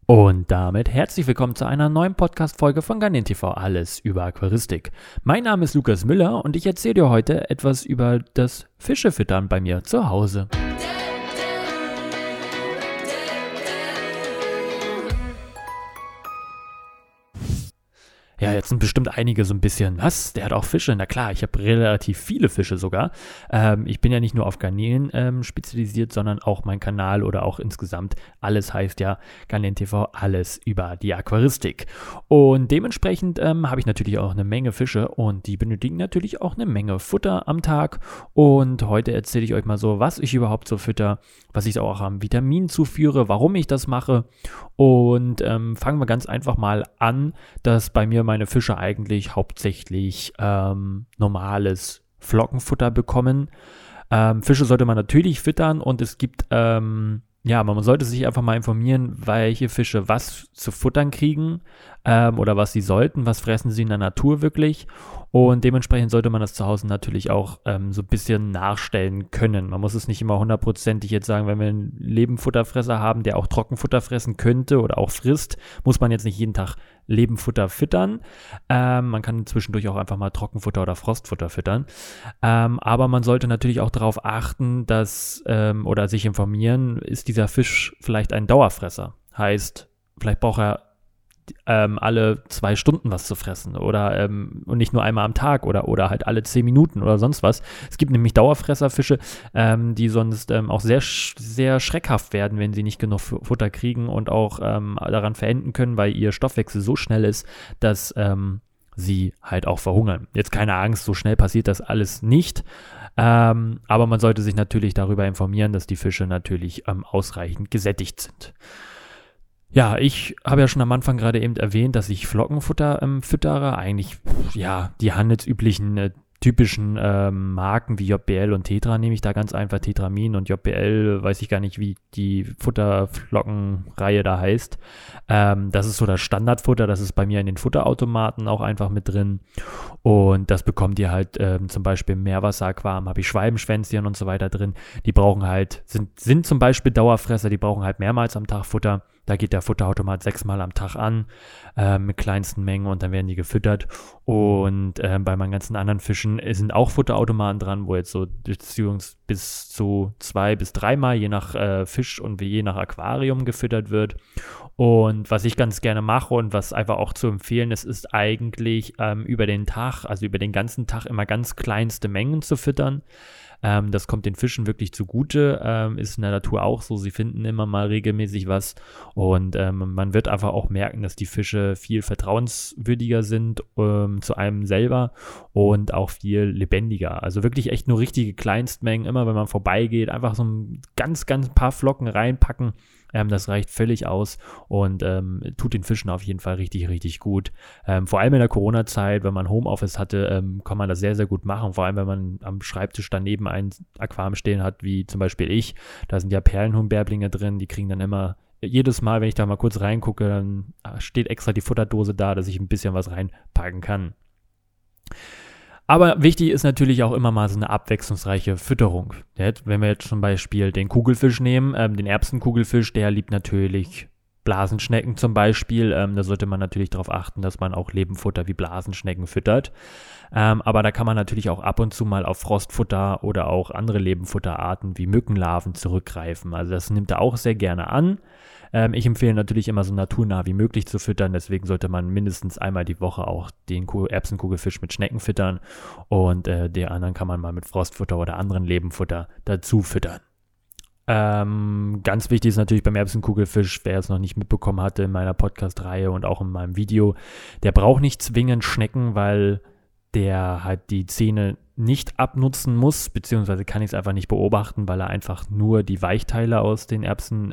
Und damit herzlich willkommen zu einer neuen Podcast-Folge von Garnin TV, alles über Aquaristik. Mein Name ist Lukas Müller und ich erzähle dir heute etwas über das Fischefüttern bei mir zu Hause. Ja, jetzt sind bestimmt einige so ein bisschen, was, der hat auch Fische? Na klar, ich habe relativ viele Fische sogar. Ich bin ja nicht nur auf Garnelen spezialisiert, sondern auch mein Kanal oder auch insgesamt alles heißt ja Garnin TV, alles über die Aquaristik. Und dementsprechend habe ich natürlich auch eine Menge Fische und die benötigen natürlich auch eine Menge Futter am Tag. Und heute erzähle ich euch mal so, was ich überhaupt so fütter, was ich auch an Vitaminen zuführe, warum ich das mache. Und fangen wir ganz einfach mal an, dass bei mir meine Fische eigentlich hauptsächlich normales Flockenfutter bekommen. Fische sollte man natürlich füttern und es gibt, man sollte sich einfach mal informieren, welche Fische was zu futtern kriegen oder was sie sollten, was fressen sie in der Natur wirklich. Und dementsprechend sollte man das zu Hause natürlich auch so ein bisschen nachstellen können. Man muss es nicht immer hundertprozentig jetzt sagen, wenn wir einen Lebenfutterfresser haben, der auch Trockenfutter fressen könnte oder auch frisst, muss man jetzt nicht jeden Tag Lebenfutter füttern. Man kann zwischendurch auch einfach mal Trockenfutter oder Frostfutter füttern. Aber man sollte natürlich auch darauf achten, dass oder sich informieren, ist dieser Fisch vielleicht ein Dauerfresser? Heißt, vielleicht braucht er alle 2 Stunden was zu fressen oder und nicht nur einmal am Tag oder halt alle 10 Minuten oder sonst was. Es gibt nämlich Dauerfresserfische, die sonst auch sehr, sehr schreckhaft werden, wenn sie nicht genug Futter kriegen und auch daran verenden können, weil ihr Stoffwechsel so schnell ist, dass sie halt auch verhungern. Jetzt keine Angst, so schnell passiert das alles nicht, aber man sollte sich natürlich darüber informieren, dass die Fische natürlich ausreichend gesättigt sind. Ja, ich habe ja schon am Anfang gerade eben erwähnt, dass ich Flockenfutter füttere. Eigentlich, ja, die handelsüblichen typischen Marken wie JBL und Tetra nehme ich da ganz einfach. Tetramin und JBL, weiß ich gar nicht, wie die Futterflockenreihe da heißt. Das ist so das Standardfutter, das ist bei mir in den Futterautomaten auch einfach mit drin. Und das bekommt ihr halt zum Beispiel im Meerwasseraquarium, habe ich Schwalbenschwänzchen und so weiter drin. Die brauchen halt, sind zum Beispiel Dauerfresser, die brauchen halt mehrmals am Tag Futter. Da geht der Futterautomat 6-mal am Tag an, mit kleinsten Mengen und dann werden die gefüttert. Und bei meinen ganzen anderen Fischen sind auch Futterautomaten dran, wo jetzt so bis zu 2 bis 3-mal je nach Fisch und je nach Aquarium gefüttert wird. Und was ich ganz gerne mache und was einfach auch zu empfehlen ist eigentlich über den Tag, also über den ganzen Tag immer ganz kleinste Mengen zu füttern. Das kommt den Fischen wirklich zugute, ist in der Natur auch so, sie finden immer mal regelmäßig was und man wird einfach auch merken, dass die Fische viel vertrauenswürdiger sind zu einem selber und auch viel lebendiger. Also wirklich echt nur richtige Kleinstmengen, immer wenn man vorbeigeht, einfach so ein ganz, ganz paar Flocken reinpacken. Das reicht völlig aus und tut den Fischen auf jeden Fall richtig, richtig gut. Vor allem in der Corona-Zeit, wenn man Homeoffice hatte, kann man das sehr, sehr gut machen. Vor allem, wenn man am Schreibtisch daneben ein Aquarium stehen hat, wie zum Beispiel ich. Da sind ja Perlenhuhnbärblinge drin, die kriegen dann immer, jedes Mal, wenn ich da mal kurz reingucke, dann steht extra die Futterdose da, dass ich ein bisschen was reinpacken kann. Aber wichtig ist natürlich auch immer mal so eine abwechslungsreiche Fütterung. Wenn wir jetzt zum Beispiel den Kugelfisch nehmen, den Erbsenkugelfisch, der liebt natürlich Blasenschnecken zum Beispiel. Da sollte man natürlich darauf achten, dass man auch Lebenfutter wie Blasenschnecken füttert. Aber da kann man natürlich auch ab und zu mal auf Frostfutter oder auch andere Lebenfutterarten wie Mückenlarven zurückgreifen. Also das nimmt er auch sehr gerne an. Ich empfehle natürlich immer so naturnah wie möglich zu füttern, deswegen sollte man mindestens einmal die Woche auch den Erbsenkugelfisch mit Schnecken füttern und die anderen kann man mal mit Frostfutter oder anderen Lebenfutter dazu füttern. Ganz wichtig ist natürlich beim Erbsenkugelfisch, wer es noch nicht mitbekommen hatte in meiner Podcast-Reihe und auch in meinem Video, der braucht nicht zwingend Schnecken, weil der halt die Zähne nicht abnutzen muss, beziehungsweise kann ich es einfach nicht beobachten, weil er einfach nur die Weichteile aus den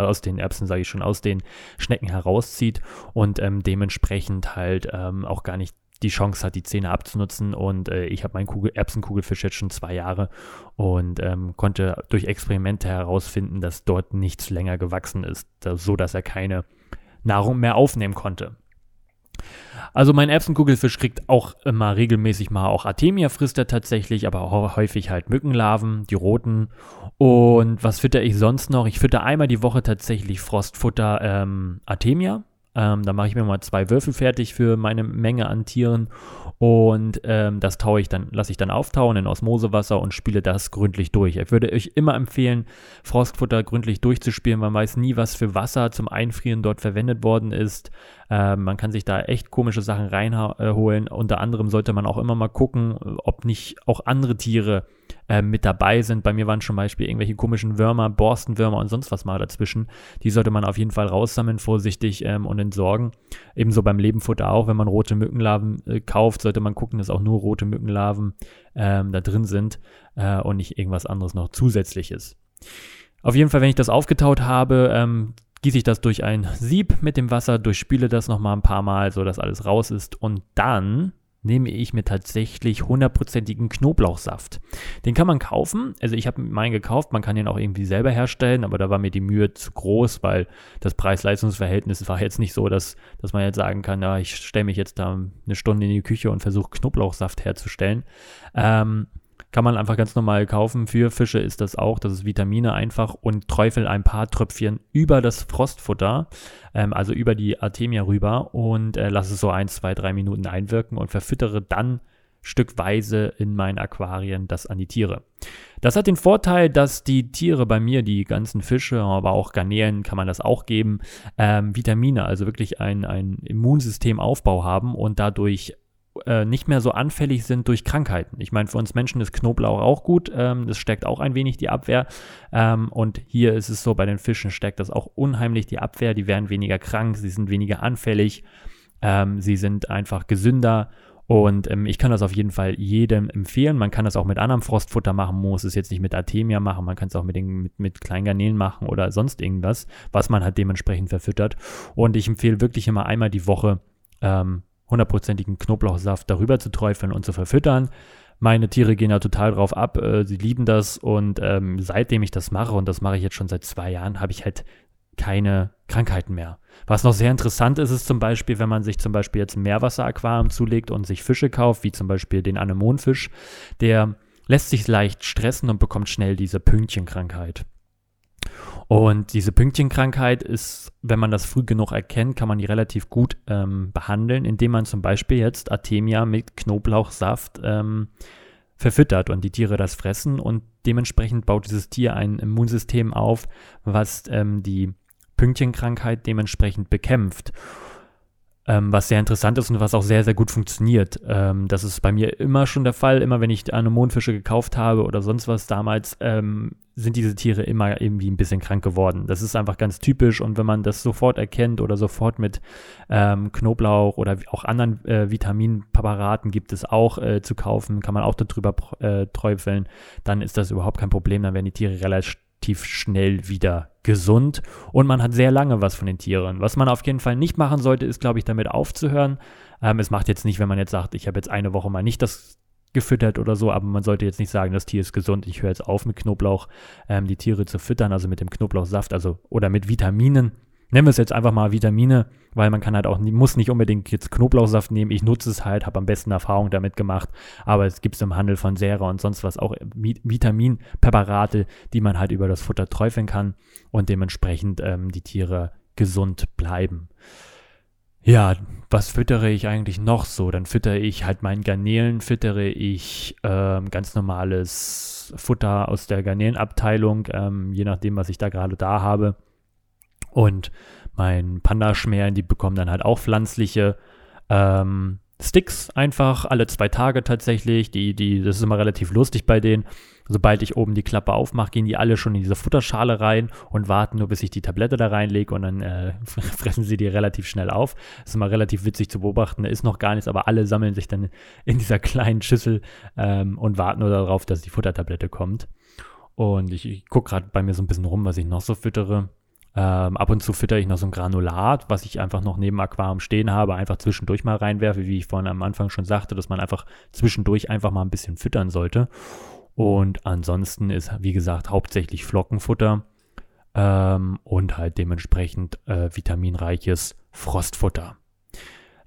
Schnecken herauszieht und dementsprechend halt auch gar nicht die Chance hat, die Zähne abzunutzen. Und ich habe meinen Erbsenkugelfisch jetzt schon 2 Jahre und konnte durch Experimente herausfinden, dass dort nichts länger gewachsen ist, so dass er keine Nahrung mehr aufnehmen konnte. Also mein Erbsenkugelfisch kriegt auch immer regelmäßig mal auch Artemia frisst er tatsächlich, aber auch häufig halt Mückenlarven, die roten. Und was fütter ich sonst noch? Ich fütter einmal die Woche tatsächlich Frostfutter Artemia. Da mache ich mir mal 2 Würfel fertig für meine Menge an Tieren und das lasse ich dann auftauen in Osmosewasser und spiele das gründlich durch. Ich würde euch immer empfehlen, Frostfutter gründlich durchzuspielen. Man weiß nie, was für Wasser zum Einfrieren dort verwendet worden ist. Man kann sich da echt komische Sachen reinholen. Unter anderem sollte man auch immer mal gucken, ob nicht auch andere Tiere mit dabei sind. Bei mir waren zum Beispiel irgendwelche komischen Würmer, Borstenwürmer und sonst was mal dazwischen. Die sollte man auf jeden Fall raussammeln, vorsichtig und entsorgen. Ebenso beim Lebenfutter auch, wenn man rote Mückenlarven kauft, sollte man gucken, dass auch nur rote Mückenlarven da drin sind und nicht irgendwas anderes noch zusätzliches. Auf jeden Fall, wenn ich das aufgetaut habe, gieße ich das durch ein Sieb mit dem Wasser, durchspüle das nochmal ein paar Mal, sodass alles raus ist und dann nehme ich mir tatsächlich 100%igen Knoblauchsaft. Den kann man kaufen, also ich habe meinen gekauft, man kann den auch irgendwie selber herstellen, aber da war mir die Mühe zu groß, weil das Preis-Leistungs-Verhältnis war jetzt nicht so, dass man jetzt sagen kann, ja, ich stelle mich jetzt da eine Stunde in die Küche und versuche Knoblauchsaft herzustellen. Kann man einfach ganz normal kaufen. Für Fische ist das auch, das ist Vitamine einfach und träufel ein paar Tröpfchen über das Frostfutter, also über die Artemia rüber und lasse es so 1, 2, 3 Minuten einwirken und verfüttere dann stückweise in meinen Aquarien das an die Tiere. Das hat den Vorteil, dass die Tiere bei mir, die ganzen Fische, aber auch Garnelen kann man das auch geben, Vitamine, also wirklich ein Immunsystemaufbau haben und dadurch nicht mehr so anfällig sind durch Krankheiten. Ich meine, für uns Menschen ist Knoblauch auch gut, das stärkt auch ein wenig die Abwehr und hier ist es so, bei den Fischen stärkt das auch unheimlich die Abwehr, die werden weniger krank, sie sind weniger anfällig, sie sind einfach gesünder und ich kann das auf jeden Fall jedem empfehlen. Man kann das auch mit anderem Frostfutter machen, muss es jetzt nicht mit Artemia machen, man kann es auch mit Kleingarnelen machen oder sonst irgendwas, was man halt dementsprechend verfüttert und ich empfehle wirklich immer einmal die Woche 100%igen Knoblauchsaft darüber zu träufeln und zu verfüttern. Meine Tiere gehen da total drauf ab, sie lieben das und seitdem ich das mache, und das mache ich jetzt schon seit 2 Jahren, habe ich halt keine Krankheiten mehr. Was noch sehr interessant ist, ist zum Beispiel, wenn man sich zum Beispiel jetzt ein Meerwasseraquarium zulegt und sich Fische kauft, wie zum Beispiel den Anemonenfisch, der lässt sich leicht stressen und bekommt schnell diese Pünktchenkrankheit. Und diese Pünktchenkrankheit ist, wenn man das früh genug erkennt, kann man die relativ gut behandeln, indem man zum Beispiel jetzt Artemia mit Knoblauchsaft verfüttert und die Tiere das fressen und dementsprechend baut dieses Tier ein Immunsystem auf, was die Pünktchenkrankheit dementsprechend bekämpft. Was sehr interessant ist und was auch sehr, sehr gut funktioniert. Das ist bei mir immer schon der Fall. Immer wenn ich Anemonenfische gekauft habe oder sonst was damals, sind diese Tiere immer irgendwie ein bisschen krank geworden. Das ist einfach ganz typisch und wenn man das sofort erkennt oder sofort mit Knoblauch oder auch anderen Vitaminpräparaten gibt es auch zu kaufen, kann man auch darüber träufeln, dann ist das überhaupt kein Problem. Dann werden die Tiere relativ schnell wieder gesund und man hat sehr lange was von den Tieren. Was man auf jeden Fall nicht machen sollte, ist, glaube ich, damit aufzuhören. Es macht jetzt nicht, wenn man jetzt sagt, ich habe jetzt eine Woche mal nicht das gefüttert oder so, aber man sollte jetzt nicht sagen, das Tier ist gesund, ich höre jetzt auf mit Knoblauch, die Tiere zu füttern, also mit dem Knoblauchsaft, also oder mit Vitaminen. Nennen wir es jetzt einfach mal Vitamine, weil man kann halt auch, muss nicht unbedingt jetzt Knoblauchsaft nehmen. Ich nutze es halt, habe am besten Erfahrung damit gemacht, aber es gibt es im Handel von Sera und sonst was auch Vitaminpräparate, die man halt über das Futter träufeln kann und dementsprechend die Tiere gesund bleiben. Ja, was füttere ich eigentlich noch so? Dann füttere ich halt meinen Garnelen, füttere ich ganz normales Futter aus der Garnelenabteilung, je nachdem, was ich da gerade da habe. Und mein Pandaschmären, die bekommen dann halt auch pflanzliche Sticks einfach, alle 2 Tage tatsächlich. Das ist immer relativ lustig bei denen. Sobald ich oben die Klappe aufmache, gehen die alle schon in diese Futterschale rein und warten nur, bis ich die Tablette da reinlege und dann fressen sie die relativ schnell auf. Das ist immer relativ witzig zu beobachten. Da ist noch gar nichts, aber alle sammeln sich dann in dieser kleinen Schüssel und warten nur darauf, dass die Futtertablette kommt. Und ich gucke gerade bei mir so ein bisschen rum, was ich noch so füttere. Ab und zu füttere ich noch so ein Granulat, was ich einfach noch neben Aquarium stehen habe, einfach zwischendurch mal reinwerfe, wie ich vorhin am Anfang schon sagte, dass man einfach zwischendurch einfach mal ein bisschen füttern sollte. Und ansonsten ist, wie gesagt, hauptsächlich Flockenfutter und halt dementsprechend vitaminreiches Frostfutter.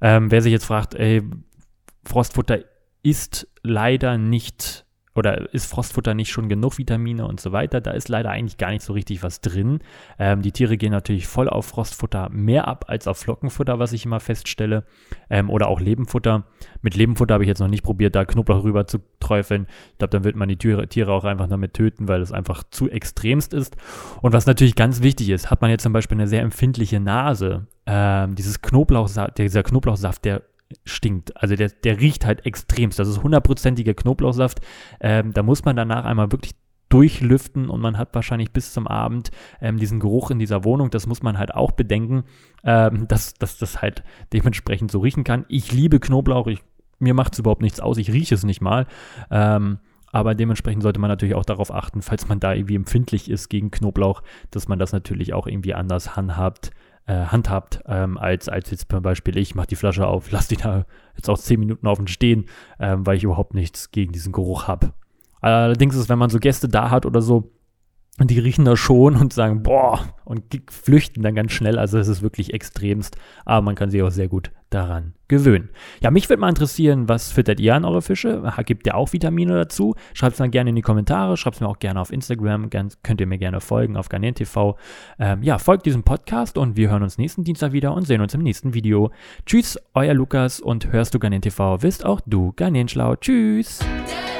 Wer sich jetzt fragt, Frostfutter ist leider nicht, oder ist Frostfutter nicht schon genug Vitamine und so weiter, da ist leider eigentlich gar nicht so richtig was drin. Die Tiere gehen natürlich voll auf Frostfutter mehr ab als auf Flockenfutter, was ich immer feststelle, oder auch Lebenfutter. Mit Lebenfutter habe ich jetzt noch nicht probiert, da Knoblauch rüber zu träufeln. Ich glaube, dann wird man die Tiere auch einfach damit töten, weil es einfach zu extremst ist. Und was natürlich ganz wichtig ist, hat man jetzt zum Beispiel eine sehr empfindliche Nase, dieser Knoblauchsaft, der stinkt. Also der riecht halt extremst. Das ist 100%iger Knoblauchsaft. Da muss man danach einmal wirklich durchlüften und man hat wahrscheinlich bis zum Abend diesen Geruch in dieser Wohnung. Das muss man halt auch bedenken, dass das halt dementsprechend so riechen kann. Ich liebe Knoblauch. Mir macht es überhaupt nichts aus. Ich rieche es nicht mal. Aber dementsprechend sollte man natürlich auch darauf achten, falls man da irgendwie empfindlich ist gegen Knoblauch, dass man das natürlich auch irgendwie anders handhabt, als jetzt zum Beispiel ich mache die Flasche auf, lasse die da jetzt auch 10 Minuten offen stehen, weil ich überhaupt nichts gegen diesen Geruch habe. Allerdings ist es, wenn man so Gäste da hat oder so, und die riechen da schon und sagen, boah, und flüchten dann ganz schnell. Also es ist wirklich extremst, aber man kann sich auch sehr gut daran gewöhnen. Ja, mich würde mal interessieren, was füttert ihr an eure Fische? Gibt ihr auch Vitamine dazu? Schreibt es mal gerne in die Kommentare, schreibt es mir auch gerne auf Instagram, könnt ihr mir gerne folgen auf Garnelen TV. Folgt diesem Podcast und wir hören uns nächsten Dienstag wieder und sehen uns im nächsten Video. Tschüss, euer Lukas, und hörst du Garnelen TV, wirst auch du Garnelenschlau. Tschüss!